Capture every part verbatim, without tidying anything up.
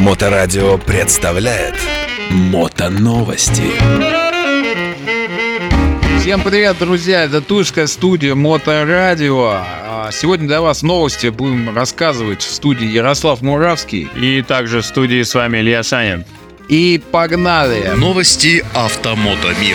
Моторадио представляет Мотоновости. Всем привет, друзья! Это Тульская студия Моторадио. Сегодня для вас новости будем рассказывать в студии Ярослав Муравский. И также в студии с вами Илья Шанин. И погнали! Новости автомото мира.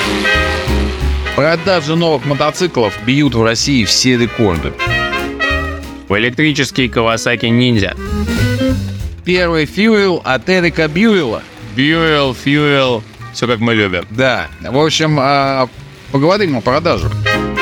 Продажи новых мотоциклов бьют в России все рекорды. В электрический Kawasaki Ninja. Первый фьюэл от Эрика Бьюэлла. Бьюэлл, фьюэл, все как мы любим. Да, в общем, поговорим о продажах.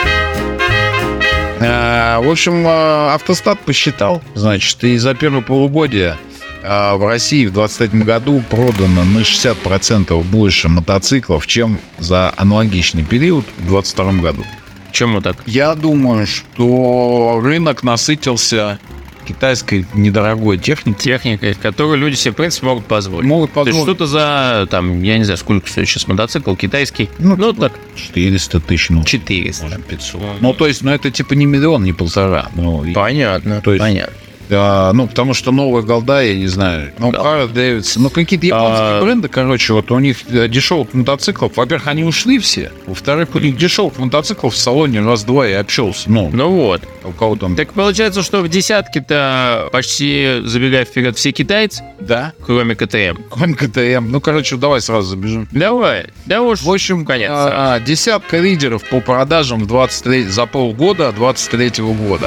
В общем, Автостат посчитал, значит, и за первое полугодие в России в двадцать третьем году продано на шестьдесят процентов больше мотоциклов, чем за аналогичный период в двадцать втором году. Почему так? Я думаю, что рынок насытился китайской недорогой техникой. Техникой, которую люди себе, в принципе, могут позволить. Могут позволить. То есть что-то за, там, я не знаю, сколько стоит сейчас мотоцикл китайский. Ну, ну так, четыреста тысяч, ну, четыреста. Может, пятьсот. Ну, то есть, ну, это типа не миллион, не полтора. Ну, понятно, то есть, понятно. А, ну, потому что новая голда, я не знаю, ну, Harley Davidson, ну, какие-то японские а... бренды, короче, вот у них дешевых мотоциклов, во-первых, они ушли все, во-вторых, у них дешевых мотоциклов в салоне раз-два и общался, ну, ну вот. У кого там... Так получается, что в десятке-то почти, забегая вперед, все китайцы? Да. Кроме КТМ. Кроме КТМ. Ну, короче, давай сразу забежим. Давай. Да уж. В общем, конец. А, а, десятка лидеров по продажам в двадцать три... за полгода двадцать третьего года.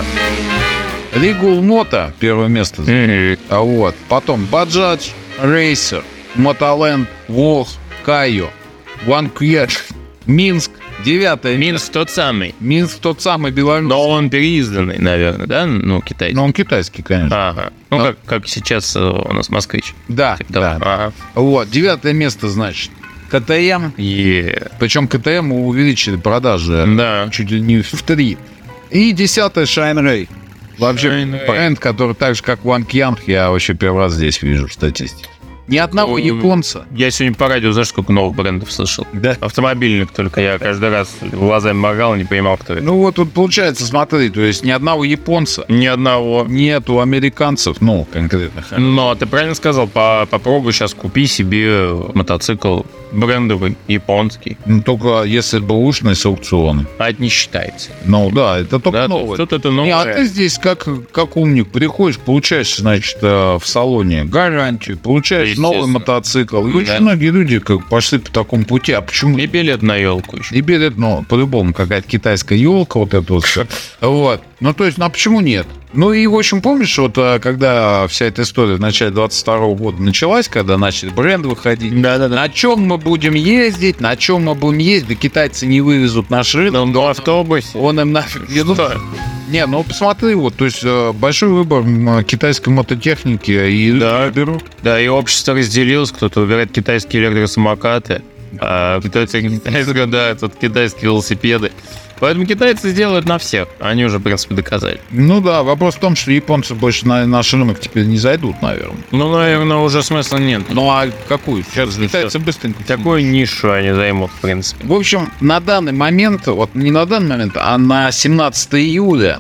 Regal Moto первое место. Mm-hmm. А вот. Потом Bajaj Racer, Motoland, Волх, Кайо, Ванкуер, Минск. Девятое. Минск тот самый. Минск тот самый белорусский. Но он переизданный, наверное, да? Ну, китайский. Но он китайский, конечно. Ага. Ну, Но... как, как сейчас у нас москвич. Да, да. Ага. Вот. Девятое место, значит. КТМ. Yeah. Причем КТМ увеличили продажи. Да. Чуть ли не в три. И десятое Shine Ray. Вообще Shine бренд, который так же, как Ван Кьянг, я вообще первый раз здесь вижу в статистике. Ни одного Ой, японца. Я сегодня по радио, знаешь, сколько новых брендов слышал? Да. Автомобильных только. Я каждый раз глазами моргал, не понимал, кто это. Ну вот тут получается, смотри, то есть ни одного японца. Ни одного. Нету американцев, ну, конкретных. Но ты правильно сказал, по попробуй сейчас купи себе мотоцикл брендовый, японский. Ну, только если бэушный с аукциона. А это не считается. Ну да, это только Да, новое. Что-то это новое. Не, а ты здесь как, как умник приходишь, получаешь, значит, в салоне гарантию, получаешь новый мотоцикл. И очень Да. многие люди как пошли по такому пути. А почему? И билет на елку еще. И билет, ну, по-любому, какая-то китайская елка, вот это вот все. Вот. Ну, то есть, ну, а почему нет? Ну, и, в общем, помнишь, вот, когда вся эта история в начале двадцать второго года началась, когда начали бренды выходить, Да-да-да. на чем мы будем ездить, на чем мы будем ездить, да китайцы не вывезут наш рынок. Ну, в автобусе. Он им нафиг не нужен. Не, ну посмотри, вот, то есть большой выбор китайской мототехники и Да. берут. Да, и общество разделилось, кто-то выбирает китайские электросамокаты, а кто-то китайские, да, тут китайские велосипеды. Поэтому китайцы сделают на всех. Они уже, в принципе, доказали. Ну да, вопрос в том, что японцы больше на наш рынок теперь не зайдут, наверное. Ну, наверное, уже смысла нет. Ну а какую? Сейчас китайцы быстренько. Такую нишу они займут, в принципе. В общем, на данный момент, вот не на данный момент, а на семнадцатое июля,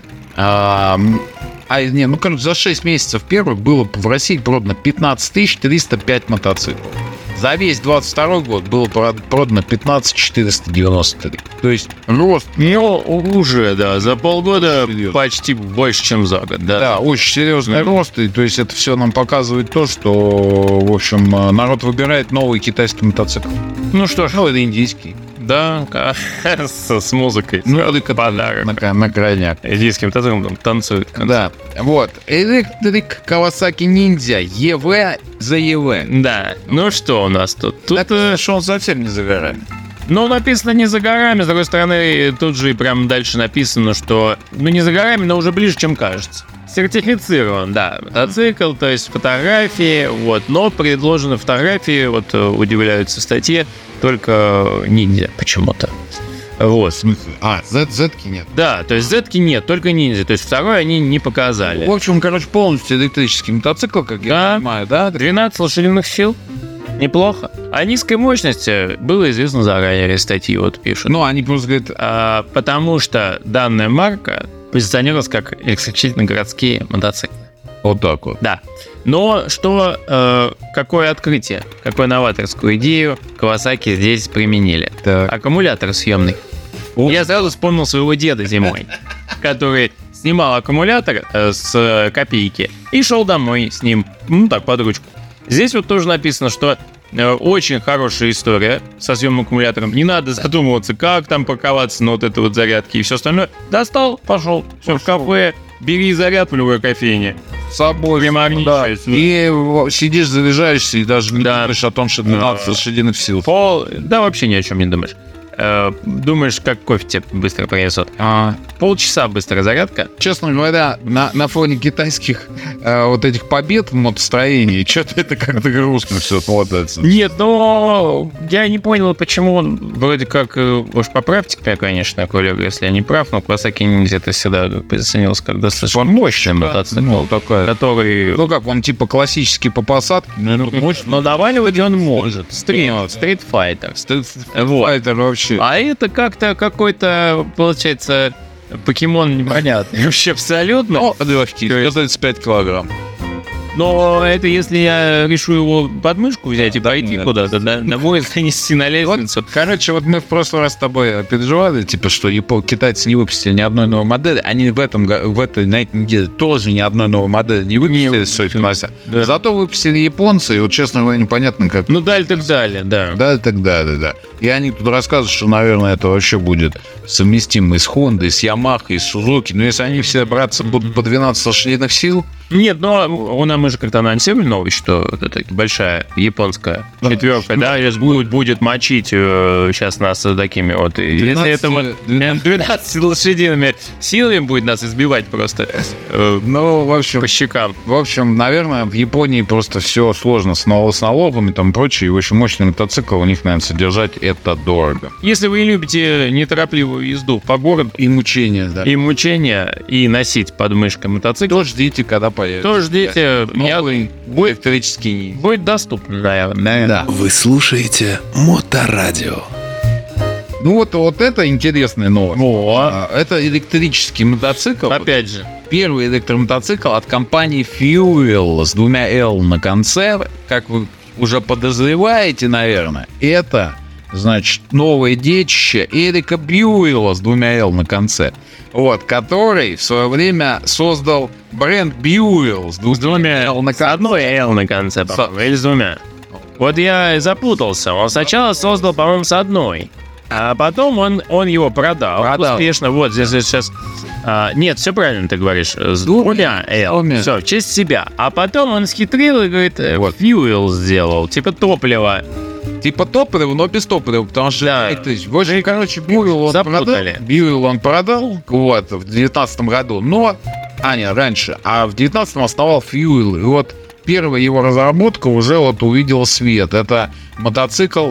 а, а не, ну, короче, за шесть месяцев первых было в России продано пятнадцать тысяч триста пять мотоциклов. За весь двадцать второй год было продано пятнадцать тысяч четыреста девяносто три. То есть рост. Ну, уже, да, за полгода Серьезно. почти больше, чем за год, да. Да, очень серьезный mm-hmm. рост. И, то есть это все нам показывает то, что, в общем, народ выбирает новый китайский мотоцикл. Ну что ж, ну, это индийский. Да, с, с музыкой. Ну, это подарок. На, на крайняк. Индийским мотоциклом танцует. Да, вот. Электрик Kawasaki Ninja и ви за и ви. Да, ну что у нас тут? Тут это что он совсем не за горами. Ну, написано не за горами, с другой стороны, тут же и прям дальше написано, что, ну, не за горами, но уже ближе, чем кажется. Сертифицирован, да, мотоцикл, то есть фотографии, вот, но предложены фотографии, вот, удивляются в статье, только ниндзя почему-то. Вот. А, Z-ки нет. Да, то есть Z-ки нет, только ниндзя. То есть второй они не показали. В общем, короче, полностью электрический мотоцикл, как я да. понимаю, да? двенадцать лошадиных сил. Неплохо. О низкой мощности было известно заранее, статьи вот пишут. Ну, они просто говорят... А, потому что данная марка позиционировалась как исключительно городские мотоциклы. Вот так вот. Да. Но что, э, какое открытие, какую новаторскую идею Kawasaki здесь применили? Так. Аккумулятор съемный. Я сразу вспомнил своего деда зимой, который снимал аккумулятор э, с копейки и шел домой с ним, ну так, под ручку. Здесь вот тоже написано, что э, очень хорошая история со съемным аккумулятором. Не надо задумываться, как там парковаться на вот этой вот зарядке и все остальное. Достал, пошел, все, в кафе, бери заряд в любой кофейне. С собой. Да. И сидишь, заряжаешься, и даже не Да. думаешь о том, что двенадцать лошадиных сил. Пол, да вообще ни о чем не думаешь. Э, думаешь, как кофе тебе быстро принесут. А, Полчаса быстрая зарядка. честно говоря, на, на фоне китайских э, вот этих побед в мотостроении, что-то это как-то грустно все смотрится. Нет, но я не понял, почему он вроде как, э, уж поправьте меня, конечно, коллега, если я не прав, но Kawasaki Ninja это всегда позиционировался как достаточно мощный мотоцикл, Ну, такая. который... Ну как, он типа классический по посадке, наверное, мощный. Но наваливать он может. Стрит, стритфайтер. Вот. Это вообще. А это как-то какой-то, получается, покемон непонятный. Вообще абсолютно. Ну, легкий, сто тридцать пять килограмм. Но это если я решу его под мышку взять и Да, пойти нет. куда-то, да, на мой занести на лестницу. Короче, вот мы в прошлый раз с тобой переживали, типа, что япон- китайцы не выпустили ни одной новой модели. Они в этом го- в этой, на этой неделе тоже ни одной новой модели не выпустили. с этим нося. Да. Зато выпустили японцы, и вот, честно говоря, непонятно, как. Ну, далее так далее, да. Да, и так далее, да. И они тут рассказывают, что, наверное, это вообще будет совместимо и с Honda, и с Yamaha, и с Suzuki. Но если они все браться будут по двенадцать лошадиных сил, Нет, но у нас мы же как-то анонсировали новость, что вот эта большая японская Да. четверка, да, сейчас будет, будет мочить э, сейчас нас такими вот. и Если двенадцать это вот двенадцать лошадиными силами будет нас избивать просто э, ну, в общем, по щекам. В общем, наверное, в Японии просто все сложно с, нал- с налогами и там прочее. И очень мощный мотоцикл у них, наверное, содержать это дорого. Если вы любите неторопливую езду по городу И мучения, да. и мучения, и носить под мышкой мотоцикл, То ждите, когда появится. то ждите, я- Новый будет электрический. будет доступно, наверное. Да. Вы слушаете Моторадио. Ну вот, вот это интересная новость. Во. А, Это электрический мотоцикл. Опять же, Первый электромотоцикл от компании Fuel с двумя L на конце. Как вы уже подозреваете, наверное, это, значит, новое детище Эрика Бьюэлла с двумя L на конце. Вот, который в свое время создал бренд Бьюэлл с двумя L на с конце. одной L на конце, по-моему, или с двумя. Вот я и запутался. Он сначала создал, по-моему, с одной. А потом он, он его продал, Продал. успешно. Вот здесь сейчас... а, нет, все правильно ты говоришь. С двумя L. двумя. Все, в честь себя. А потом он схитрил и говорит, э, Вот. fuel сделал. Типа топливо. Типа топлива, но без топлива, потому что, Да. э, то есть, в общем, короче, Бьюэлл он Запутали. продал, Бьюэлл он продал, вот, в девятнадцатом году, но, а, не, раньше, а в девятнадцатом основал Fuel, и вот первая его разработка уже вот увидела свет, это мотоцикл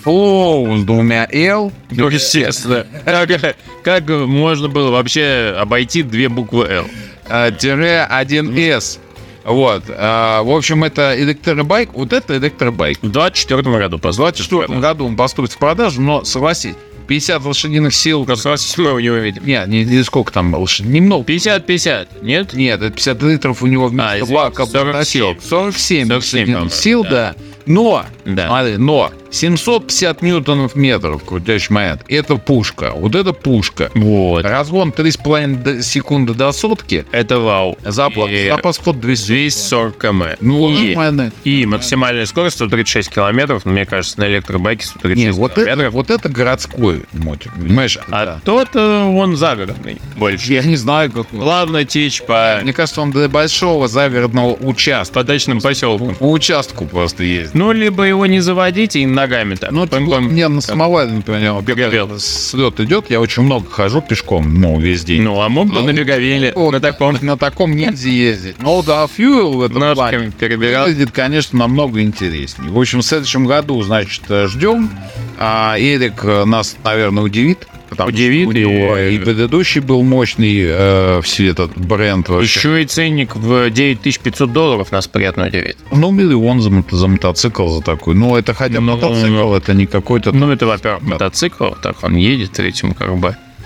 Flow с двумя L, Ну, естественно. Как, как можно было вообще обойти две буквы L? э, тире один эс, вот, э, в общем, это электробайк, вот это электробайк. В двадцать четвёртом году, по В двадцать четвёртом году он поступит в продажу, но, согласись, пятьдесят лошадиных сил, мы у него видим. нет, не, не сколько там лошадей, немного, пятьдесят пятьдесят, нет? нет, это пятьдесят литров у него вместо А, извините, бака сорок семь. сорок семь сорок семь, по-моему, сил, да. да. Но, Да. смотри, но семьсот пятьдесят ньютонов метров крутящий момент. Это пушка. Вот это пушка. Вот. Разгон три с половиной секунды до сотки. Это вау. Запас, И запас ход двести. двести сорок километров. Ну, и, нормально. и максимальная скорость сто тридцать шесть километров. Мне кажется, на электробайке сто тридцать Не, шесть вот это, километров. вот это городской мотик, понимаешь? А Да. тот, э, он загородный больше. Я не знаю, как... Главное течь по, Мне кажется, он до большого загородного участка. по дачным поселкам. По участку просто есть. Ну, либо его не заводите и ногами так. Ну, Пам- типа, пам. мне на самоваре, например, Беговел. слет идет, я очень много хожу пешком, ну, весь день. Ну, а мог бы Ну, на беговеле, Вот, на таком на таком нельзя ездить. Ну да, Fuel в этом плане ножками перебирал. выглядит, конечно, намного интереснее. В общем, в следующем году, значит, э, ждем. А Эрик э, нас, наверное, удивит. Потому Удивит, что у него и- и предыдущий был мощный, э, все этот бренд вообще. Еще и ценник в девять тысяч пятьсот долларов нас приятно удивит. Ну, миллион за, мото- за мотоцикл за такой. Ну, это хотя бы Ну, мотоцикл, это не какой-то... Ну, это, во-первых, Да. мотоцикл, так он едет этим как бы.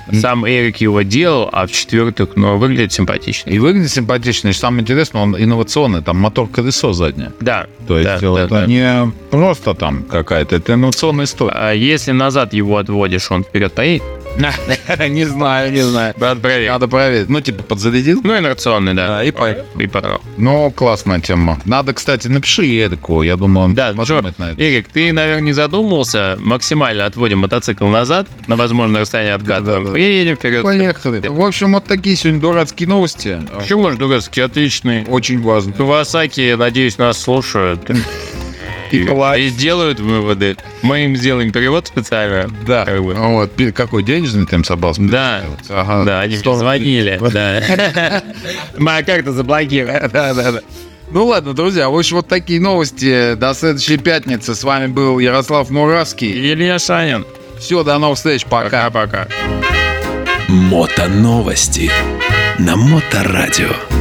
Сам Эрик его делал, а в-четвертых, ну, выглядит симпатично. И выглядит симпатично, и самое интересное, он инновационный, там мотор-колесо заднее. Да. То есть да, вот да, да. не просто там какая-то, это инновационная история. А если назад его отводишь, он вперед поедет? Не знаю, не знаю. Надо проверить. Надо проверить. Ну, типа, подзарядил. Ну, инерционный, да. Да, и поехал. И поехал. Ну, классная тема. Надо, кстати, напиши Эрику, я думаю, он Да, что, подумает на это. Эрик, ты, наверное, не задумывался, максимально отводим мотоцикл назад, на возможное расстояние от гада, да, да. и едем вперед. Поехали. В общем, вот такие сегодня дурацкие новости. Почему же дурацкий? Отличный. Очень важно. Кавасаки, я надеюсь, нас слушают. И, и сделают выводы. Мы им сделаем перевод специально. Да. Как бы. Вот, пи- какой денежный там собрался. Да. Ага. Да, они Сто- звонили. Да. Моя карта заблокирована. Да, да, да. Ну ладно, друзья, в общем, вот такие новости. До следующей пятницы. С вами был Ярослав Муравский. Илья Шанин. Все, до новых встреч. Пока. Пока-пока. Мотоновости на Моторадио.